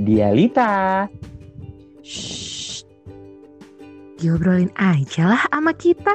Dialita. Shh, diobrolin aja lah sama kita.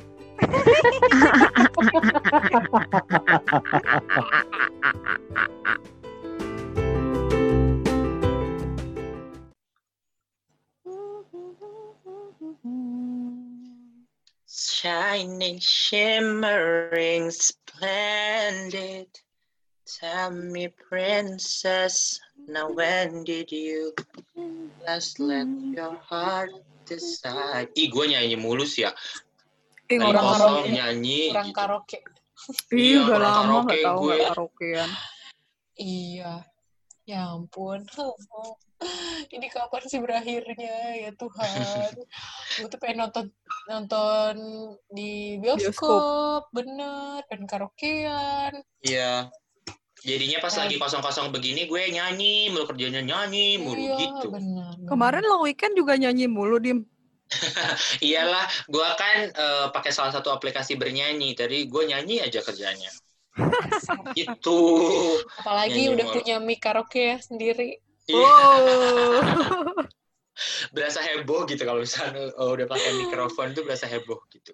Shining, shimmering, splendid. Tell me, princess, now when did you last let your heart decide? Ih, gue nyanyi mulus ya. Dari Orang kosong karaoke. nyanyi Kurang gitu. karaoke. Iya, udah kurang lama karaoke nggak tahu gue. nggak karaokean. Iya. Ya ampun. Ini kapan sih berakhirnya ya Tuhan. Gue tuh pengen nonton di bioskop. Bener. Pengen karaokean. Iya. Jadinya pas lagi kosong-kosong begini gue nyanyi, mulu kerjanya nyanyi, mulu Iya, gitu. bener. Kemarin long weekend juga nyanyi mulu, Dim. Iyalah, gue kan pakai salah satu aplikasi bernyanyi. Tadi gue nyanyi aja kerjanya. Gitu. Apalagi Nyanyi udah mulu. punya mic karaoke ya sendiri. Iya. Oh. Berasa heboh gitu kalau misalnya udah pakai mikrofon tuh berasa heboh gitu.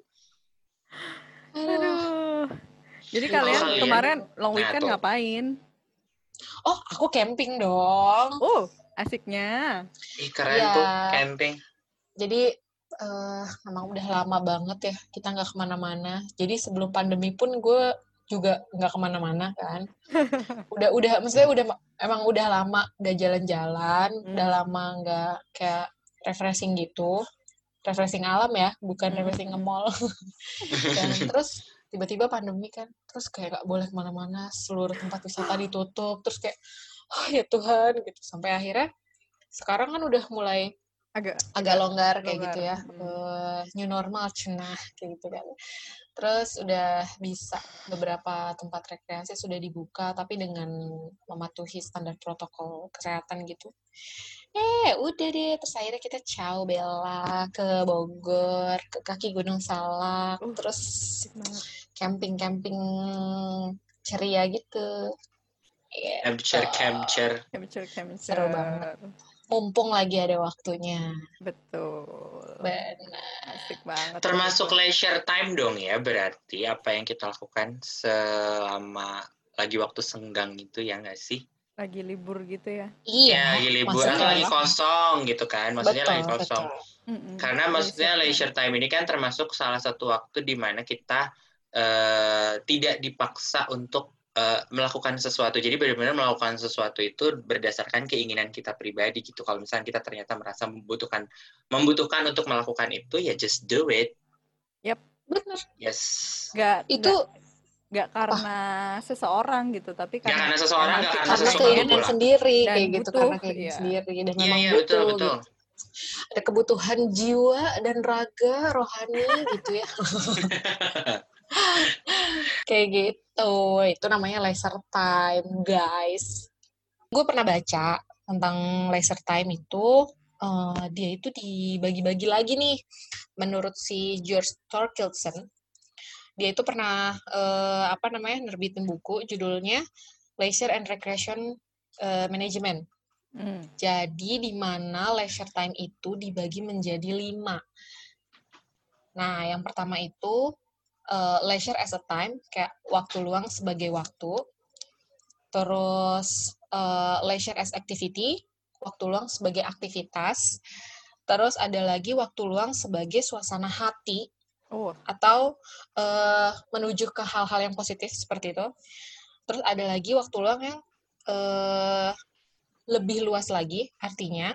Aduh. Jadi Kalau kalian kalian- kemarin long Nah, weekend tuh. ngapain? Oh, aku camping dong. Asiknya. Ih, keren Iya. tuh camping. Jadi memang udah lama banget ya kita nggak kemana-mana. Jadi sebelum pandemi pun gue juga nggak kemana-mana kan. Maksudnya emang udah lama nggak jalan-jalan, udah lama nggak kayak refreshing gitu, refreshing alam ya, bukan refreshing ke mall. Dan terus tiba-tiba pandemi kan, terus kayak nggak boleh kemana-mana, seluruh tempat wisata ditutup, terus kayak oh ya Tuhan gitu. Sampai akhirnya sekarang kan udah mulai agak longgar kayak gitu ya, new normal cenah kayak gitu kan. Terus udah bisa beberapa tempat rekreasi sudah dibuka tapi dengan mematuhi standar protokol kesehatan gitu. Udah deh, terus akhirnya kita ciao Bella ke Bogor, ke kaki Gunung Salak, terus camping-camping ceria gitu. Capture. Seru banget. Mumpung lagi ada waktunya. Betul. Benar. Asik banget. Termasuk leisure time dong ya, berarti apa yang kita lakukan selama lagi waktu senggang itu ya nggak sih? Lagi libur gitu ya. Iya, Ya, lagi libur masuk atau lagi kelas. kosong gitu kan, maksudnya Betul, lagi kosong. betul. Karena maksudnya leisure time ini kan termasuk salah satu waktu di mana kita tidak dipaksa untuk melakukan sesuatu. Jadi benar-benar melakukan sesuatu itu berdasarkan keinginan kita pribadi gitu. Kalau misalnya kita ternyata merasa membutuhkan untuk melakukan itu, ya just do it. Yap. Benar. Yes. Nggak karena seseorang gitu, tapi karena seseorang, nggak karena karena sesuatu keinginan pula. sendiri Dan kayak gitu, butuh, karena keinginan sendiri dan memang Iya, butuh betul. gitu. Ada kebutuhan jiwa dan raga rohani gitu ya. Kayak gitu. Itu namanya leisure time, guys. Gue pernah baca tentang leisure time itu, dia itu dibagi-bagi lagi nih. Menurut si George Thorkelson, dia itu pernah nerbitin buku judulnya Leisure and Recreation Management. Jadi di mana leisure time itu dibagi menjadi 5. Nah, yang pertama itu leisure as a time, kayak waktu luang sebagai waktu. Terus leisure as activity, waktu luang sebagai aktivitas. Terus ada lagi waktu luang sebagai suasana hati, atau menuju ke hal-hal yang positif seperti itu. Terus ada lagi waktu luang yang lebih luas lagi artinya.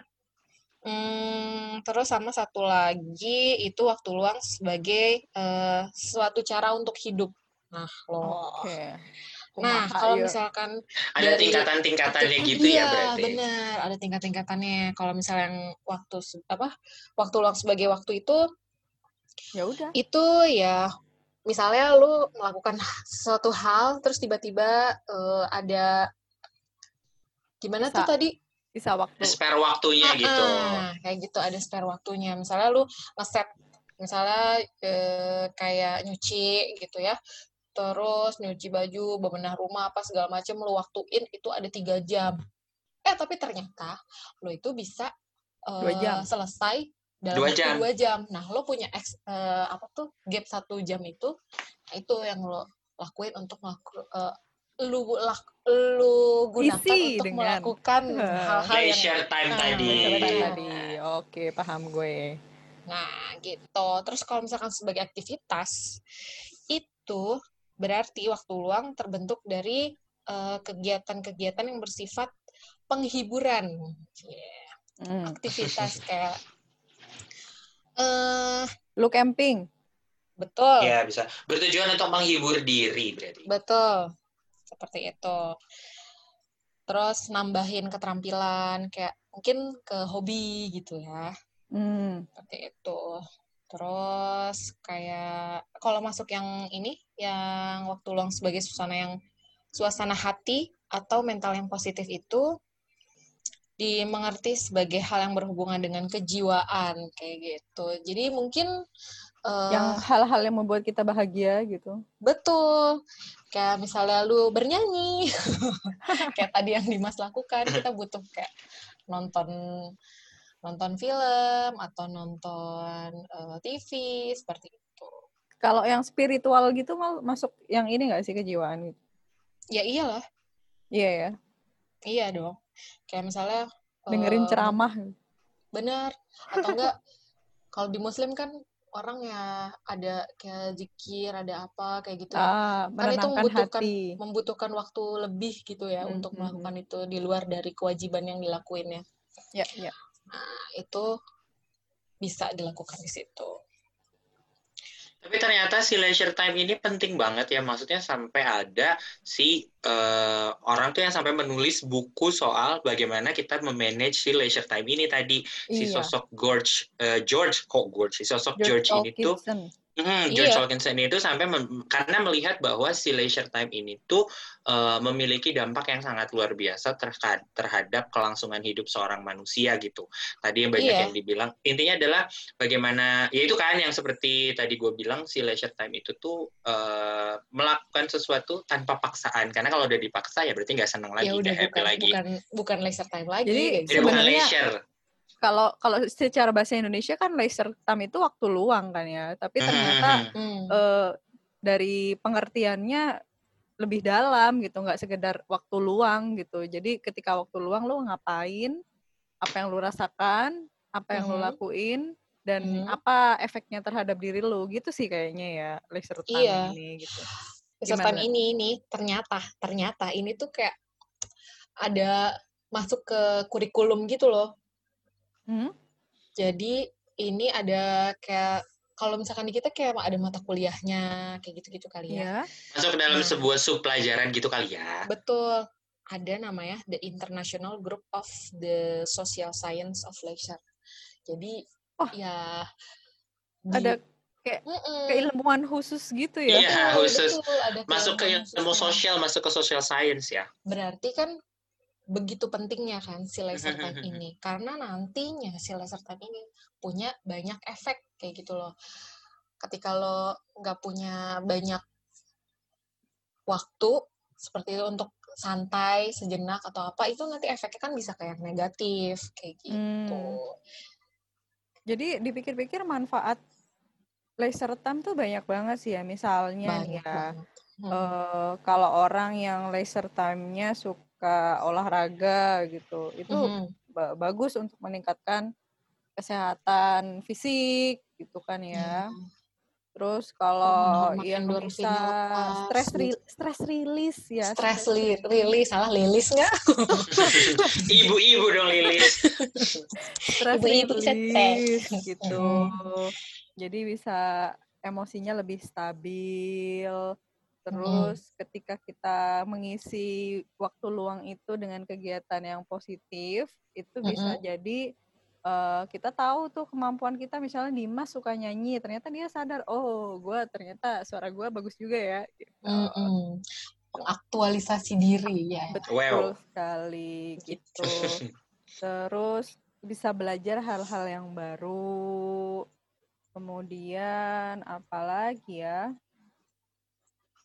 Terus sama satu lagi itu waktu luang sebagai suatu cara untuk hidup. Nah, Nah, kalau misalkan ada tingkatan-tingkatannya gitu ya berarti. Iya, benar, ada tingkat-tingkatannya. Kalau misalnya yang waktu luang sebagai waktu itu, ya udah. Itu ya, misalnya lu melakukan sesuatu hal, terus tiba-tiba ada gimana tuh tadi? Sisa waktu. Spare waktunya gitu. Kayak gitu, ada spare waktunya. Misalnya lu nge-set, misalnya kayak nyuci gitu ya. Terus nyuci baju, bebenah rumah, apa segala macam lu waktuin itu ada 3 jam. Tapi ternyata lo itu bisa 2 jam. selesai dalam 2 waktu jam. 2 jam. Nah, lo punya gap 1 jam itu, nah itu yang lo lakuin untuk lu gunakan Isi untuk dengan melakukan hal-hal yang Leisure time tadi. leisure time benar. tadi. Oke, paham gue. Nah, gitu. Terus kalau misalkan sebagai aktivitas, itu berarti waktu luang terbentuk dari kegiatan-kegiatan yang bersifat penghiburan. Aktivitas kayak Lu camping. betul, Ya, bisa. Bertujuan untuk menghibur diri berarti. betul. Seperti itu. Terus nambahin keterampilan kayak mungkin ke hobi gitu ya. Seperti itu. Terus kayak kalau masuk yang ini, yang waktu luang sebagai suasana hati atau mental yang positif itu dimengerti sebagai hal yang berhubungan dengan kejiwaan kayak gitu. Jadi mungkin Yang hal-hal yang membuat kita bahagia gitu. betul. Kayak misalnya lu bernyanyi. Kayak tadi yang Dimas lakukan, kita butuh kayak nonton film atau nonton TV seperti itu. Kalau yang spiritual gitu masuk yang ini nggak sih, kejiwaan gitu? Ya iyalah. Iya ya. Iya dong. Kayak misalnya Dengerin ceramah. benar atau enggak kalau di Muslim kan orang ya ada kayak zikir, ada apa kayak gitu ya. Kan itu Menenangkan membutuhkan waktu lebih gitu ya untuk melakukan itu di luar dari kewajiban yang dilakuin ya. Ya. Nah, itu bisa dilakukan di situ. Tapi ternyata si leisure time ini penting banget ya, maksudnya sampai ada si orang tuh yang sampai menulis buku soal bagaimana kita memanage si leisure time ini tadi. Si sosok George ini tuh George Wilkinson itu sampai karena melihat bahwa si leisure time ini tuh memiliki dampak yang sangat luar biasa terhadap kelangsungan hidup seorang manusia gitu. Tadi yang banyak yang dibilang, intinya adalah bagaimana, ya itu kan yang seperti tadi gue bilang, si leisure time itu tuh melakukan sesuatu tanpa paksaan. Karena kalau udah dipaksa ya berarti nggak seneng lagi, nggak happy lagi. Bukan leisure time lagi. Jadi sebenarnya kalau secara bahasa Indonesia kan leisure time itu waktu luang kan ya, tapi ternyata dari pengertiannya lebih dalam gitu, nggak sekedar waktu luang gitu. Jadi ketika waktu luang lu ngapain, apa yang lu rasakan, apa yang lu lakuin, dan apa efeknya terhadap diri lu gitu sih kayaknya ya leisure time ini gitu. Leisure time ini ternyata ini tuh kayak ada masuk ke kurikulum gitu loh. Jadi ini ada kayak kalau misalkan di kita kayak ada mata kuliahnya kayak gitu-gitu kali ya. Masuk dalam sebuah sub pelajaran gitu kali ya. Betul. Ada namanya The International Group of the Social Science of Leisure. Jadi ya ada kayak keilmuan khusus gitu ya. Iya, khusus. Betul, ada masuk ke ilmu sosial, masuk ke social science ya. Berarti kan begitu pentingnya kan si leisure time ini, karena nantinya si leisure time ini punya banyak efek kayak gitu loh. Ketika lo nggak punya banyak waktu seperti itu untuk santai sejenak atau apa, itu nanti efeknya kan bisa kayak negatif kayak gitu. Jadi dipikir-pikir manfaat leisure time tuh banyak banget sih ya. Misalnya nih ya, kalau orang yang leisure time-nya suka olahraga gitu, itu bagus untuk meningkatkan kesehatan fisik gitu kan ya. Terus kalau yang bisa stress release ya. Stress release, salah lilis nggak? Ibu-ibu dong lilis. Stress release gitu. Jadi bisa emosinya lebih stabil. Terus ketika kita mengisi waktu luang itu dengan kegiatan yang positif, itu bisa jadi kita tahu tuh kemampuan kita. Misalnya Dimas suka nyanyi, ternyata dia sadar, ternyata suara gue bagus juga ya. Gitu. Pengaktualisasi diri ya. Betul sekali gitu. Terus bisa belajar hal-hal yang baru. Kemudian apalagi ya?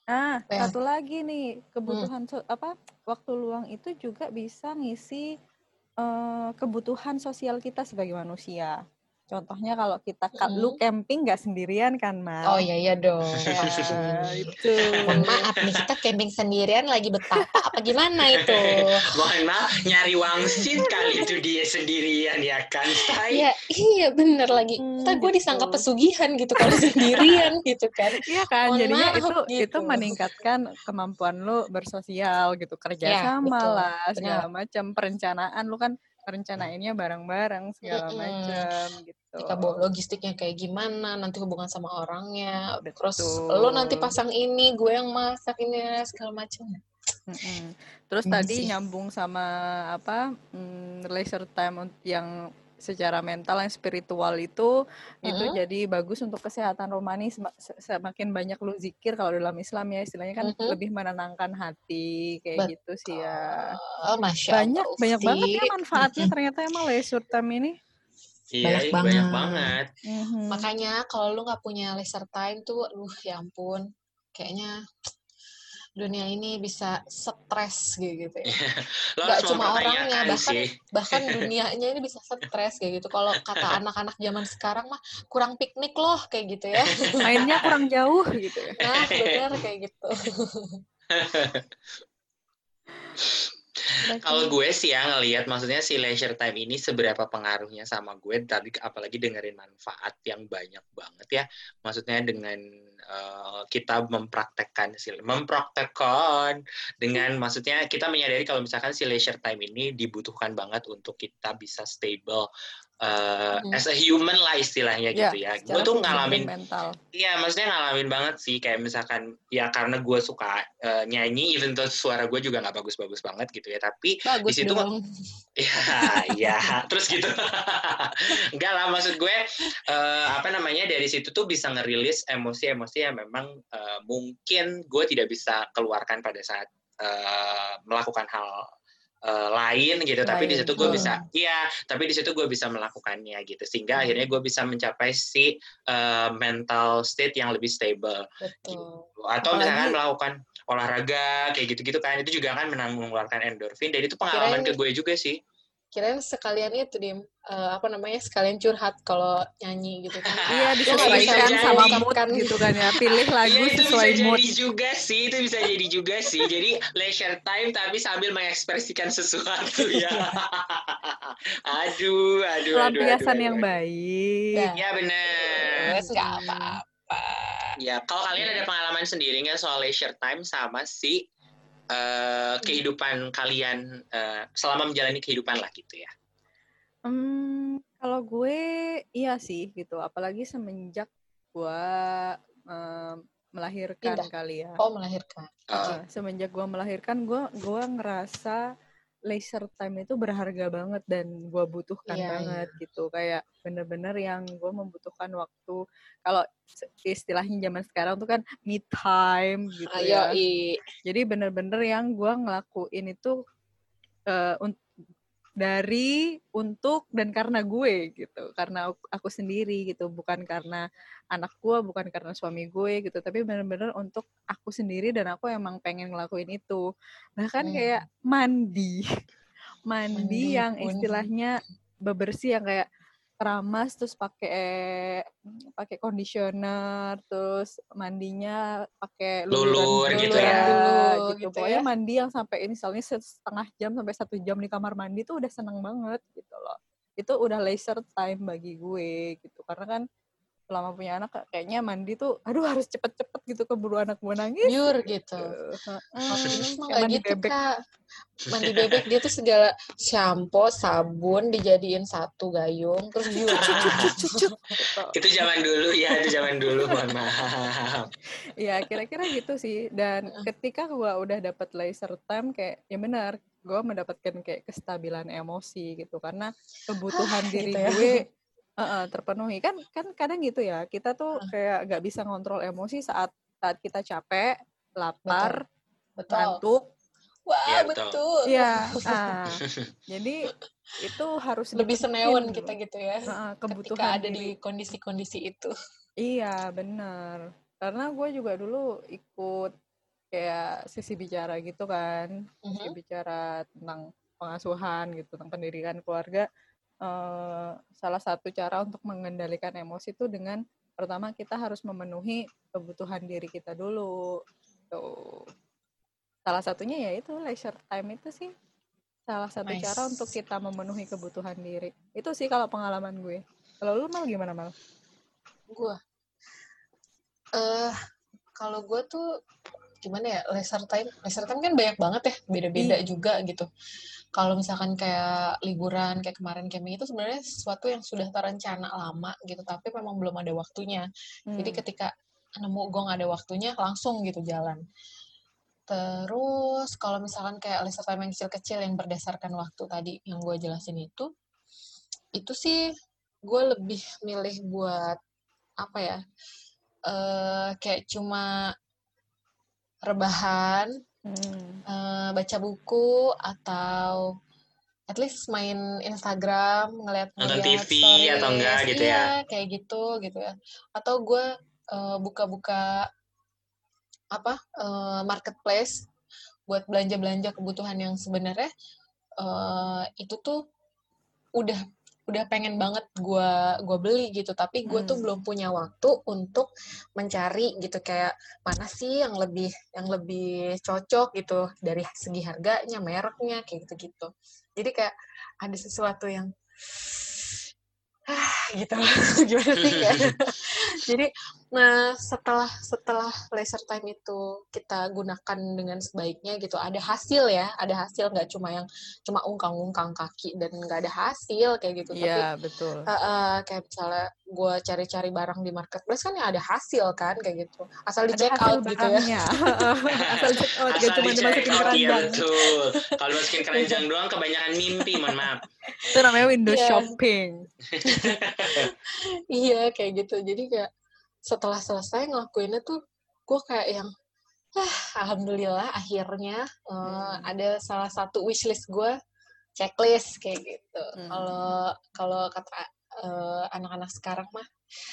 Satu lagi nih, kebutuhan waktu luang itu juga bisa ngisi kebutuhan sosial kita sebagai manusia. Contohnya kalau lu camping nggak sendirian kan, Mal? Oh iya dong. Itu. Mohon maaf nih, kita camping sendirian lagi betapa apa gimana itu? Mohon maaf, nyari wangsit kali itu dia sendirian ya kan, Say? Iya bener lagi. Ntar gue disangka pesugihan gitu kalau sendirian gitu kan. Iya kan, jadinya itu meningkatkan kemampuan lu bersosial gitu, kerja sama lah, segala macam, perencanaan lu kan rencanainnya bareng-bareng segala macam gitu. Kita bawa logistiknya kayak gimana, nanti hubungan sama orangnya. Terus lo nanti pasang ini, gue yang masak ini segala macam. Terus tadi nyambung sama leisure time yang secara mental yang spiritual itu jadi bagus untuk kesehatan rohani. Semakin banyak lu zikir kalau dalam Islam ya istilahnya kan lebih menenangkan hati kayak gitu sih ya. Banyak banget ya manfaatnya ternyata emang leisure time ini. Iya, banyak banget. Makanya kalau lu nggak punya leisure time tuh, ya ampun, kayaknya dunia ini bisa stres gitu ya. Gak cuma orangnya, bahkan dunianya ini bisa stres kayak gitu. Kalau kata anak-anak zaman sekarang mah kurang piknik loh kayak gitu ya. Mainnya kurang jauh gitu ya. Nah, benar kayak gitu. Kalau gue sih ya ngelihat maksudnya si leisure time ini seberapa pengaruhnya sama gue tadi, apalagi dengerin manfaat yang banyak banget ya. Maksudnya dengan kita mempraktekkan dengan maksudnya kita menyadari kalau misalkan si leisure time ini dibutuhkan banget untuk kita bisa stable as a human lah istilahnya gitu ya. Gue tuh ngalamin mental. Iya, maksudnya ngalamin banget sih kayak misalkan ya karena gue suka nyanyi, even though suara gue juga nggak bagus-bagus banget gitu ya, tapi di situ ya terus gitu. Enggak lah, maksud gue dari situ tuh bisa ngerilis emosi-emosi yang memang mungkin gue tidak bisa keluarkan pada saat melakukan hal lain gitu, tapi di situ gue bisa melakukannya gitu, sehingga akhirnya gue bisa mencapai si mental state yang lebih stable. Gitu. Atau misalkan melakukan olahraga kayak gitu-gitu kan, itu juga kan mengeluarkan endorfin, dan itu pengalaman ke gue juga sih. Kirain sekalian itu sekalian curhat kalau nyanyi gitu kan. Iya, disesuaikan sama mood gitu kan ya. Pilih lagu sesuai mood. Itu bisa jadi juga sih. Jadi leisure time tapi sambil mengekspresikan sesuatu ya. Aduh. Pelampiasan yang baik. Ya benar. Nggak apa-apa. Ya, kalau kalian ada pengalaman sendiri nggak soal leisure time sama si kehidupan kalian selama menjalani kehidupan lah gitu ya? Kalau gue iya sih gitu, apalagi semenjak gue melahirkan kali ya. Oh, melahirkan. Semenjak gue melahirkan, gue ngerasa leisure time itu berharga banget dan gue butuhkan banget gitu. Kayak bener-bener yang gue membutuhkan waktu. Kalau istilahnya zaman sekarang tuh kan me time gitu ya. Jadi bener-bener yang gue ngelakuin itu dari, untuk, dan karena gue gitu. Karena aku sendiri gitu. Bukan karena anak gue, bukan karena suami gue gitu. Tapi bener-bener untuk aku sendiri dan aku emang pengen ngelakuin itu. Bahkan kayak mandi yang istilahnya bebersih yang kayak keramas, terus pakai conditioner, terus mandinya pakai lulur gitu ya. Gitu. Pokoknya mandi yang sampai misalnya setengah jam sampai 1 jam di kamar mandi tuh udah seneng banget gitu loh. Itu udah leisure time bagi gue gitu. Karena kan selama punya anak kayaknya mandi tuh harus cepet-cepet gitu, keburu anak gue nangis gitu. Mandi bebek. Kak. Mandi bebek dia tuh segala shampoo, sabun dijadiin satu gayung terus cucuk. Itu zaman dulu, mohon maaf. Ya kira-kira gitu sih. Dan ketika gue udah dapet leisure time kayak ya benar, gue mendapatkan kayak kestabilan emosi gitu, karena kebutuhan diri gitu gue terpenuhi. Kan kadang gitu ya, kita tuh kayak gak bisa ngontrol emosi saat kita capek, lapar, ngantuk. Wah, betul. Iya. Jadi itu harus lebih senewan kita gitu ya. Kebutuhan ketika ada di kondisi-kondisi itu. Iya, benar. Karena gue juga dulu ikut kayak sisi bicara gitu kan, sisi bicara tentang pengasuhan gitu, tentang pendidikan keluarga. Salah satu cara untuk mengendalikan emosi itu dengan pertama kita harus memenuhi kebutuhan diri kita dulu. Tuh. Salah satunya ya itu leisure time itu sih salah satu cara untuk kita memenuhi kebutuhan diri. Itu sih kalau pengalaman gue. Kalau lu Mal gimana Mal? Gue kalau gue tuh gimana ya, leisure time kan banyak banget ya, beda-beda juga gitu. Kalau misalkan kayak liburan kayak kemarin camping itu sebenarnya sesuatu yang sudah terencana lama gitu, tapi memang belum ada waktunya. Jadi ketika nemu gue nggak ada waktunya, langsung gitu jalan. Terus kalau misalkan kayak leisure time yang kecil-kecil yang berdasarkan waktu tadi yang gue jelasin itu sih gue lebih milih buat apa ya, kayak cuma rebahan, baca buku, atau at least main Instagram, ngeliat TV stories, atau enggak gitu ya? Kayak gitu ya. Atau gue buka-buka marketplace buat belanja-belanja kebutuhan yang sebenarnya itu tuh udah pengen banget gue beli gitu, tapi gue tuh belum punya waktu untuk mencari gitu, kayak mana sih yang lebih cocok gitu dari segi harganya, mereknya, kayak gitu. Jadi kayak ada sesuatu yang gitu gimana sih kayak. Jadi nah setelah leisure time itu kita gunakan dengan sebaiknya gitu, ada hasil, nggak cuma ungkang-ungkang kaki dan nggak ada hasil kayak gitu. Iya, tapi betul. Kayak misalnya gue cari-cari barang di marketplace kan ya ada hasil kan kayak gitu, asal di Ada check hasil out gitu ya. Asal check out, gak cuma dimasukin keranjang. Iya betul. Kalau masukin keranjang doang kebanyakan mimpi, mohon maaf. Itu namanya window shopping. Iya kayak gitu. Jadi kayak setelah selesai ngelakuinnya tuh gue kayak yang alhamdulillah akhirnya ada salah satu wishlist gue, checklist kayak gitu. Kalau kata anak-anak sekarang mah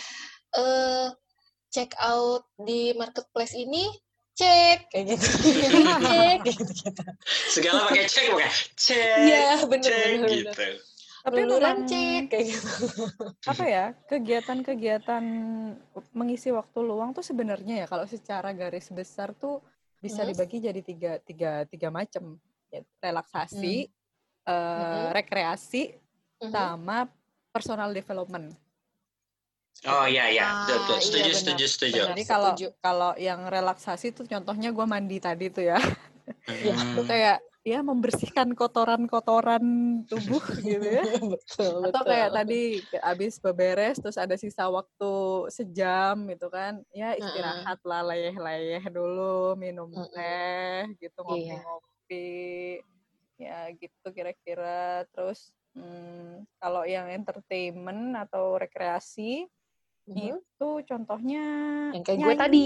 check out di marketplace ini, cek kayak gitu. Cek gitu. Segala pakai cek, cek. Iya, bener. Gitu. Tapi Luluran memang cek kayak gitu. Apa ya, kegiatan mengisi waktu luang tuh sebenarnya ya kalau secara garis besar tuh bisa dibagi jadi tiga macam, ya, relaksasi, rekreasi, sama personal development. Oh iya, betul. Setuju. Jadi kalau yang relaksasi tuh contohnya gue mandi tadi tuh ya, itu kayak ya membersihkan kotoran-kotoran tubuh gitu ya. Betul. Atau kayak tadi abis beberes terus ada sisa waktu sejam gitu kan, ya istirahat lah, leyeh-leyeh dulu, minum teh gitu, ngopi-ngopi, ya gitu kira-kira. Terus kalau yang entertainment atau rekreasi itu contohnya yang kayak gue tadi,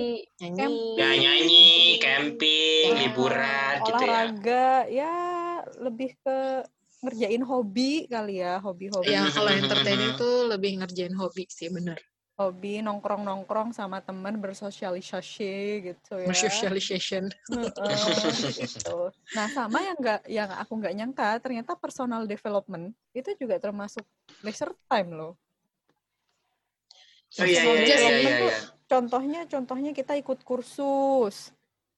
nyanyi, camping, liburan gitu ya. Olahraga, ya lebih ke ngerjain hobi kali ya, hobi-hobi. Ya kalau entertaining tuh lebih ngerjain hobi sih, bener. Hobi nongkrong sama teman, bersosialisasi gitu ya. Bersocialization. Gitu. Nah sama yang aku nggak nyangka, ternyata personal development itu juga termasuk leisure time loh. Iya. Contohnya kita ikut kursus,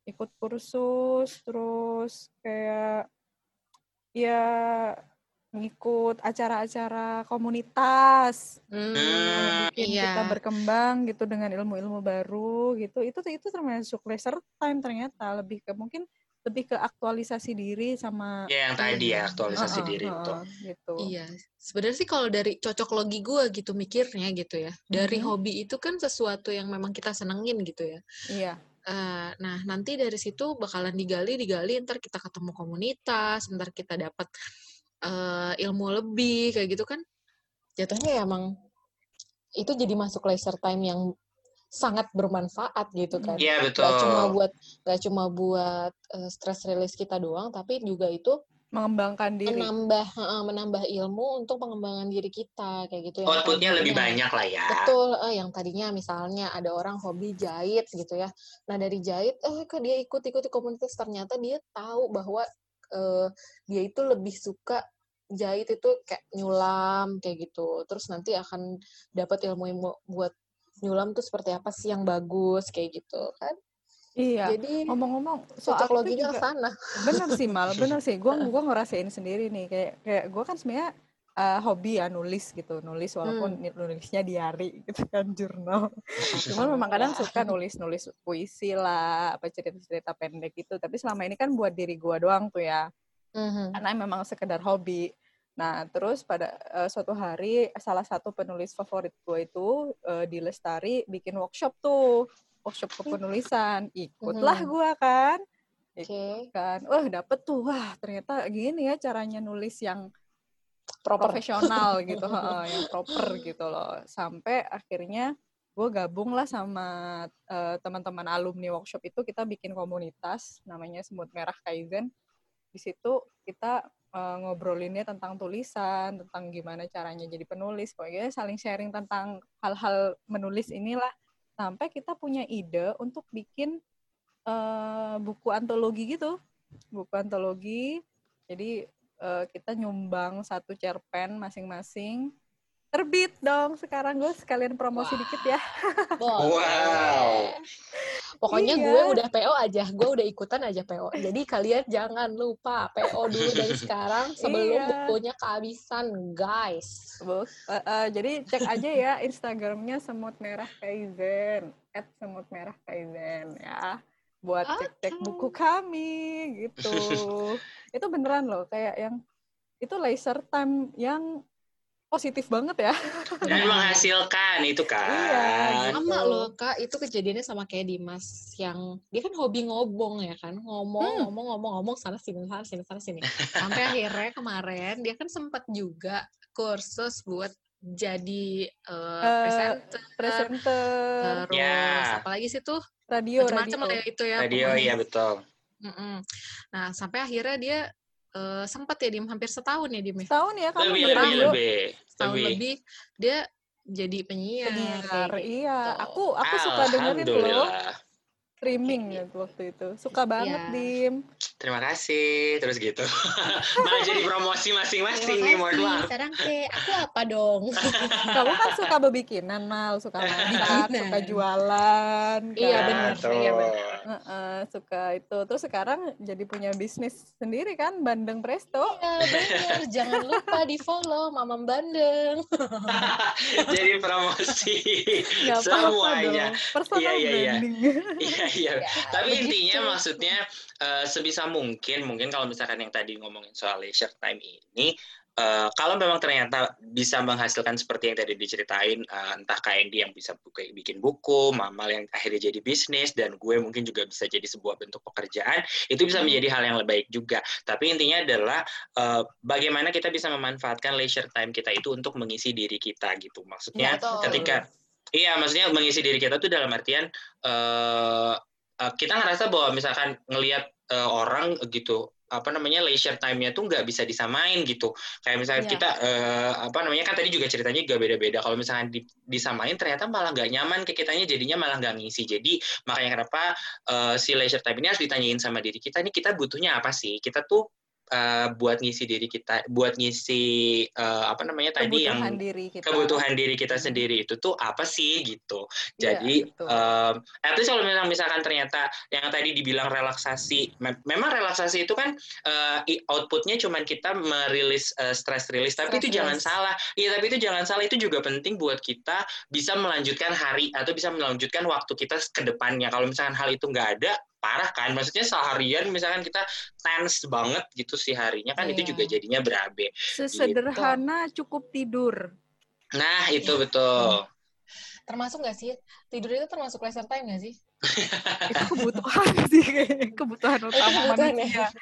terus kayak ya ngikut acara-acara komunitas, bikin kita berkembang gitu dengan ilmu-ilmu baru gitu. Itu termasuk leisure time ternyata, lebih ke aktualisasi diri sama yang tadi ya, aktualisasi diri itu. Gitu. Iya, sebenarnya sih kalau dari cocok logi gue gitu mikirnya gitu ya, dari hobi itu kan sesuatu yang memang kita senengin gitu ya. Iya. Nah nanti dari situ bakalan digali, ntar kita ketemu komunitas, ntar kita dapat ilmu lebih kayak gitu kan, jatuhnya ya emang itu jadi masuk leisure time yang sangat bermanfaat gitu kan. Iya betul. Gak cuma buat stress release kita doang, tapi juga itu mengembangkan diri. Menambah ilmu untuk pengembangan diri kita kayak gitu ya. Outputnya lebih banyak lah ya. Betul, yang tadinya misalnya ada orang hobi jahit gitu ya. Nah dari jahit, dia ikut komunitas, ternyata dia tahu bahwa dia itu lebih suka jahit itu kayak nyulam kayak gitu. Terus nanti akan dapat ilmu buat nyulam tuh seperti apa sih yang bagus kayak gitu kan. Iya, Jadi ngomong-ngomong cocok soal itu loginya ke juga sana. bener sih bener sih. Gue ngerasain sendiri nih kayak gue kan sebenarnya hobi ya nulis walaupun nulisnya diary gitu kan, jurnal. Cuman memang kadang suka nulis puisi lah, apa cerita-cerita pendek gitu. Tapi selama ini kan buat diri gue doang tuh ya, karena memang sekedar hobi. Nah terus pada suatu hari salah satu penulis favorit gue itu di Lestari bikin workshop kepenulisan, ikutlah gue kan. Kan, dapet tuh, ternyata gini ya caranya nulis yang profesional gitu, yang proper gitu loh. Sampai akhirnya gue gabung lah sama teman-teman alumni workshop itu, kita bikin komunitas namanya Semut Merah Kaizen. Di situ kita ngobrolinnya tentang tulisan, tentang gimana caranya jadi penulis, pokoknya saling sharing tentang hal-hal menulis inilah. Sampai kita punya ide untuk bikin buku antologi gitu. Jadi kita nyumbang 1 cerpen masing-masing. Terbit dong sekarang. Gue sekalian promosi dikit ya. Wow. Pokoknya gue udah PO aja. Gue udah ikutan aja PO. Jadi kalian jangan lupa PO dulu dari sekarang sebelum bukunya kehabisan, guys. Jadi cek aja ya Instagramnya Semut Merah Kaizen, @semutmerahkaizen ya. Buat cek buku kami gitu. Itu beneran loh, kayak yang itu leisure time yang positif banget ya. Dan menghasilkan itu kan. Iya, gitu. Sama loh Kak, itu kejadiannya sama kayak Dimas yang dia kan hobi ngobong ya kan, ngomong sana sini. Sampai akhirnya kemarin dia kan sempat juga kursus buat jadi presenter. Terus apalagi sih tuh? Radio. Macam-macam lah ya itu ya. Radio, iya betul. Nah, sampai akhirnya dia sempat ya, hampir setahun ya, Dim. Setahun ya kamu di radio. Setahun lebih dia jadi penyiar. Iya. Aku suka dengerin loh. Streaming ya waktu itu. Suka banget, Dim. Terima kasih. Terus gitu. Malah jadi promosi masing-masing nih, mohon maaf. Sekarang aku apa dong? Kamu kan suka berbikinan, Mal. Suka masak, suka jualan. Iya, benar. Suka itu. Terus sekarang jadi punya bisnis sendiri kan, Bandeng Presto. Iya, benar. Jangan lupa di-follow Mamam Bandeng. Jadi promosi Gak semuanya. Personal branding. Iya. Tapi intinya maksudnya sebisa mungkin kalau misalkan yang tadi ngomongin soal leisure time ini, kalau memang ternyata bisa menghasilkan seperti yang tadi diceritain, entah KND yang bisa bikin buku, Mamal yang akhirnya jadi bisnis, dan gue mungkin juga bisa jadi sebuah bentuk pekerjaan, itu bisa menjadi hal yang lebih baik juga. Tapi intinya adalah bagaimana kita bisa memanfaatkan leisure time kita itu untuk mengisi diri kita gitu. Maksudnya maksudnya mengisi diri kita tuh dalam artian kita ngerasa bahwa misalkan ngelihat orang gitu, leisure time-nya tuh nggak bisa disamain gitu. Kayak misalnya kita kan tadi juga ceritanya juga beda-beda. Kalau misalkan disamain ternyata malah nggak nyaman ke kitanya, jadinya malah nggak ngisi. Jadi makanya kenapa si leisure time ini harus ditanyain sama diri kita, ini kita butuhnya apa sih? Kita tuh buat ngisi diri kita, buat ngisi kebutuhan diri kita sendiri itu tuh apa sih gitu. Jadi at least kalau misalkan ternyata yang tadi dibilang relaksasi, memang relaksasi itu kan outputnya cuman kita merilis stress release, tapi itu jangan salah. Iya, tapi itu jangan salah, itu juga penting buat kita bisa melanjutkan hari atau bisa melanjutkan waktu kita ke depannya. Kalau misalkan hal itu nggak ada, parah kan, maksudnya seharian misalkan kita tense banget gitu sih harinya kan, itu juga jadinya berabe. Sesederhana gitu. Cukup tidur. Nah itu betul. Termasuk nggak sih tidur itu termasuk leisure time nggak sih? Itu kebutuhan sih, kebutuhan utama manusia.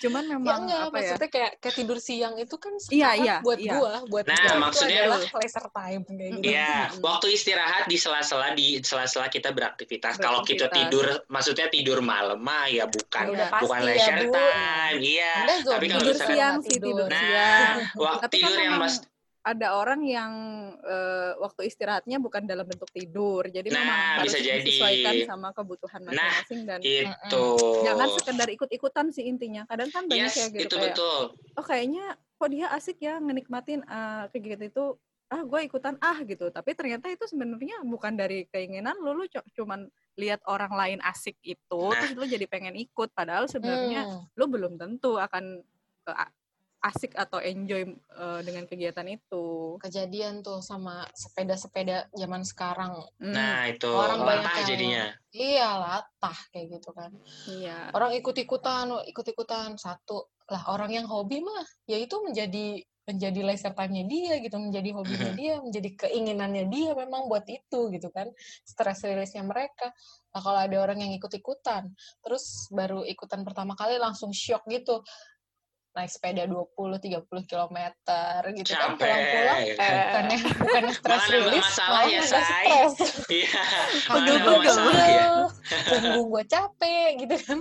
Cuman Ya memang enggak, apa ya? maksudnya kayak tidur siang itu kan Iya, sekarang buat iya. buat Nah, gua itu maksudnya adalah leisure time kayak gitu. Iya, waktu istirahat di sela-sela kita beraktivitas. Kalau kita tidur, maksudnya tidur malam mah ya bukan Udah Iya. pasti bukan ya, leisure Bu. time. Iya. Anda Tapi zombie kalau Tidur misalkan siang nggak sih, tidur tidur. siang. waktu Tapi tidur kan yang memang ada orang yang waktu istirahatnya bukan dalam bentuk tidur. Jadi memang Nah, harus bisa jadi. disesuaikan sama kebutuhan Nah, masing-masing dan itu. jangan sekedar ikut-ikutan sih intinya. Kadang kan banyak Yes, kayak gitu itu kayak, betul. oh kayaknya kok dia asik ya ngenikmatin kegiatan itu, gue ikutan gitu. Tapi ternyata itu sebenarnya bukan dari keinginan lu cuman lihat orang lain asik itu, terus lu jadi pengen ikut. Padahal sebenarnya lu belum tentu akan asik atau enjoy dengan kegiatan itu. Kejadian tuh sama sepeda-sepeda zaman sekarang. Nah, itu Orang banyak latah yang jadinya. Iya, latah kayak gitu kan. Iya. Orang ikut-ikutan satu. Lah orang yang hobi mah ya itu menjadi leisure time-nya dia gitu, menjadi hobinya dia, menjadi keinginannya dia memang buat itu gitu kan. Stress release-nya mereka. Nah, kalau ada orang yang ikut-ikutan, terus baru ikutan pertama kali langsung shock gitu. Naik sepeda 20-30 km gitu kan, pulang-pulang bukannya stress release, masalah ya, Say. Iya. Pegel-pegel, punggung gue capek gitu kan.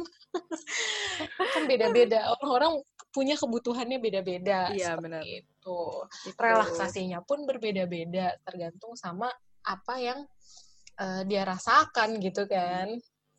Kan beda-beda, orang-orang punya kebutuhannya beda-beda. Iya, seperti benar. itu. Relaksasinya pun berbeda-beda, tergantung sama apa yang dia rasakan gitu kan.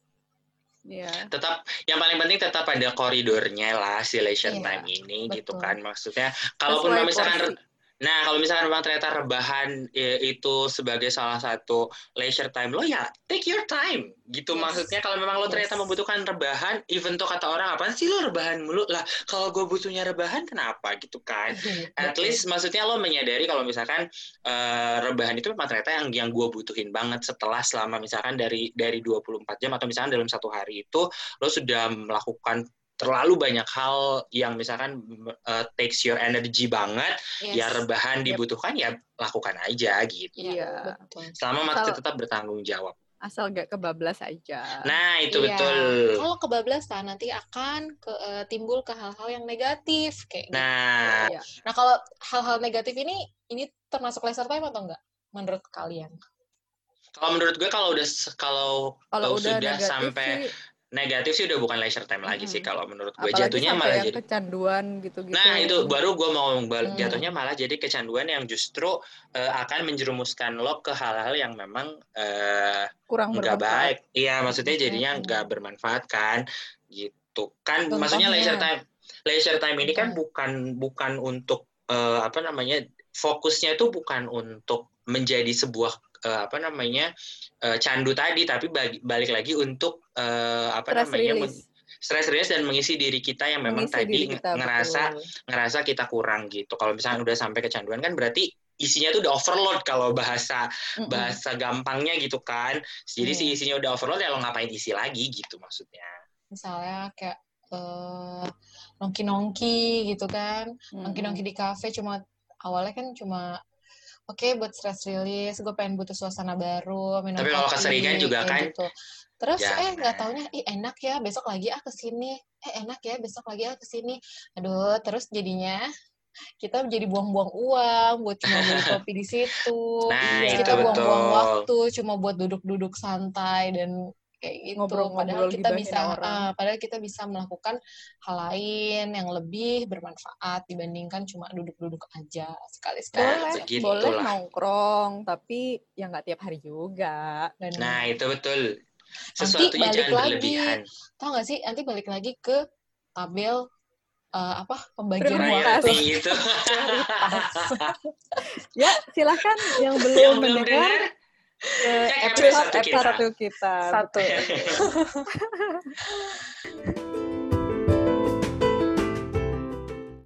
Iya. Tetap yang paling penting tetap ada koridornya lah si leisure time ini, betul. gitu kan, maksudnya kalaupun misalkan kalau misalkan memang ternyata rebahan itu sebagai salah satu leisure time lo, ya take your time gitu. Maksudnya kalau memang lo ternyata membutuhkan rebahan, even tuh kata orang apa sih lo rebahan mulu lah, kalau gue butuhnya rebahan kenapa gitu kan. At least maksudnya lo menyadari kalau misalkan rebahan itu memang ternyata yang gue butuhin banget selama misalkan dari 24 jam atau misalkan dalam satu hari itu lo sudah melakukan terlalu banyak hal yang misalkan takes your energy banget, ya rebahan dibutuhkan, ya lakukan aja gitu. Iya. Selama masih tetap bertanggung jawab. Asal gak kebablas aja. Nah, itu betul. Kalau kebablasan nanti akan timbul ke hal-hal yang negatif kayak gitu. Nah, kalau hal-hal negatif ini termasuk leisure time atau enggak menurut kalian? Kalau menurut gue kalau sudah negatif sampai sih, negatif sih udah bukan leisure time lagi sih kalau menurut gue. apalagi jatuhnya sampai malah yang jadi kecanduan gitu-gitu. Nah, itu baru gue mau ngomong, jatuhnya malah jadi kecanduan yang justru akan menjerumuskan lo ke hal-hal yang memang kurang nggak baik. bermanfaat. Iya, maksudnya jadinya nggak bermanfaat kan, gitu kan. Maksudnya leisure time ini kan bukan untuk fokusnya itu bukan untuk menjadi sebuah candu tadi, tapi balik lagi untuk stress release dan mengisi diri kita yang memang tadi ngerasa kita kurang gitu. Kalau misalnya udah sampai kecanduan kan berarti isinya tuh udah overload kalau bahasa gampangnya gitu kan. Jadi si isinya udah overload, ya lo ngapain isi lagi gitu maksudnya. Misalnya kayak nongki-nongki gitu kan. Nongki-nongki di kafe awalnya kan cuma oke, buat stress release, gue pengen butuh suasana baru, minum kopi. Tapi kalau keseringan juga kan gitu. Terus nggak taunya enak ya, besok lagi kesini. Enak ya, besok lagi kesini. Aduh, terus jadinya kita jadi buang-buang uang buat cuma beli kopi di situ. Kita buang-buang waktu cuma buat duduk-duduk santai dan kayak gitu. Padahal kita bisa melakukan hal lain yang lebih bermanfaat dibandingkan cuma duduk-duduk aja sekali-sekali. Boleh nongkrong, tapi ya nggak tiap hari juga. Nah, itu betul. Sesuatunya jangan berlebihan. Tahu nggak sih, nanti balik lagi ke tabel pembagian waktu itu. Ya, silakan yang belum mendengar episode kita. 1.